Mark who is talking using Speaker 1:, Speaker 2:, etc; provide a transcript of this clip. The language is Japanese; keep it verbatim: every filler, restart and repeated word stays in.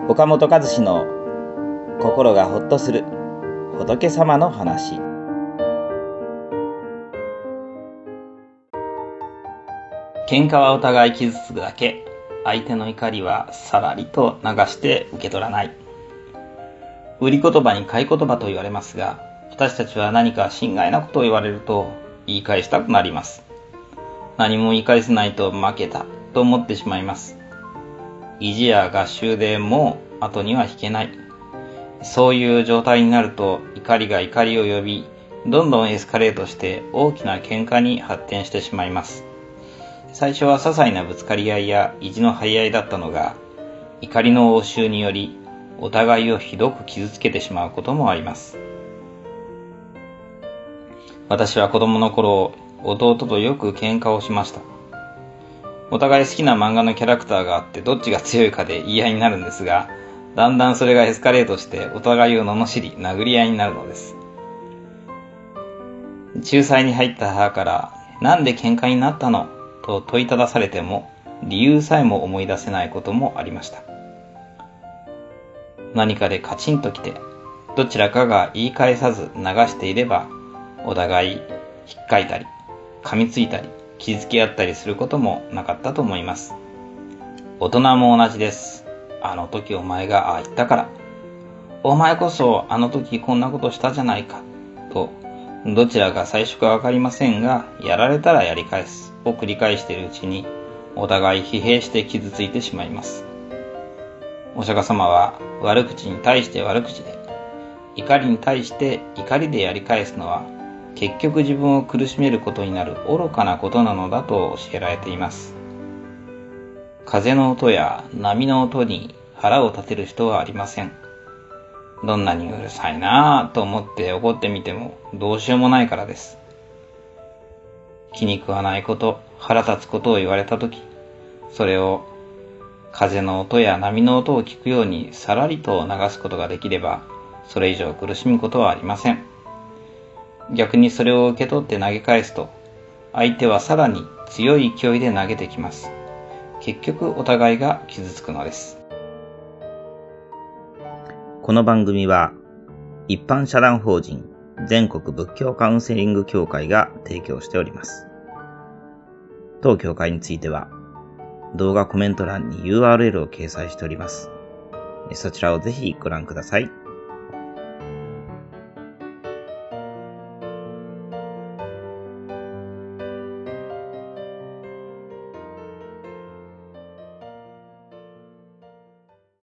Speaker 1: 岡本和志の心がほっとする仏様の話。喧嘩はお互い傷つくだけ、相手の怒りはさらりと流して受け取らない。売り言葉に買い言葉と言われますが、私たちは何か心外なことを言われると言い返したくなります。何も言い返せないと負けたと思ってしまいます。意地や合衆でもう後には引けない。そういう状態になると怒りが怒りを呼び、どんどんエスカレートして大きな喧嘩に発展してしまいます。最初は些細なぶつかり合いや意地の張り合いだったのが、怒りの応酬によりお互いをひどく傷つけてしまうこともあります。私は子供の頃、弟とよく喧嘩をしました。お互い好きな漫画のキャラクターがあってどっちが強いかで言い合いになるんですが、だんだんそれがエスカレートしてお互いを罵り殴り合いになるのです。仲裁に入った母からなんで喧嘩になったのと問いただされても理由さえも思い出せないこともありました。何かでカチンときてどちらかが言い返さず流していればお互い引っかいたり噛みついたり傷つけ合ったりすることもなかったと思います。大人も同じです。あの時お前がああ言ったから、お前こそあの時こんなことしたじゃないかと、どちらが最初かわかりませんが、やられたらやり返すを繰り返しているうちにお互い疲弊して傷ついてしまいます。お釈迦様は悪口に対して悪口で、怒りに対して怒りでやり返すのは結局自分を苦しめることになる愚かなことなのだと教えられています。風の音や波の音に腹を立てる人はありません。どんなにうるさいなぁと思って怒ってみてもどうしようもないからです。気に食わないこと、腹立つことを言われたとき、それを風の音や波の音を聞くようにさらりと流すことができれば、それ以上苦しむことはありません。逆にそれを受け取って投げ返すと、相手はさらに強い勢いで投げてきます。結局お互いが傷つくのです。この番組は一般社団法人全国仏教カウンセリング協会が提供しております。当協会については動画コメント欄に ユーアールエル を掲載しております。そちらをぜひご覧ください。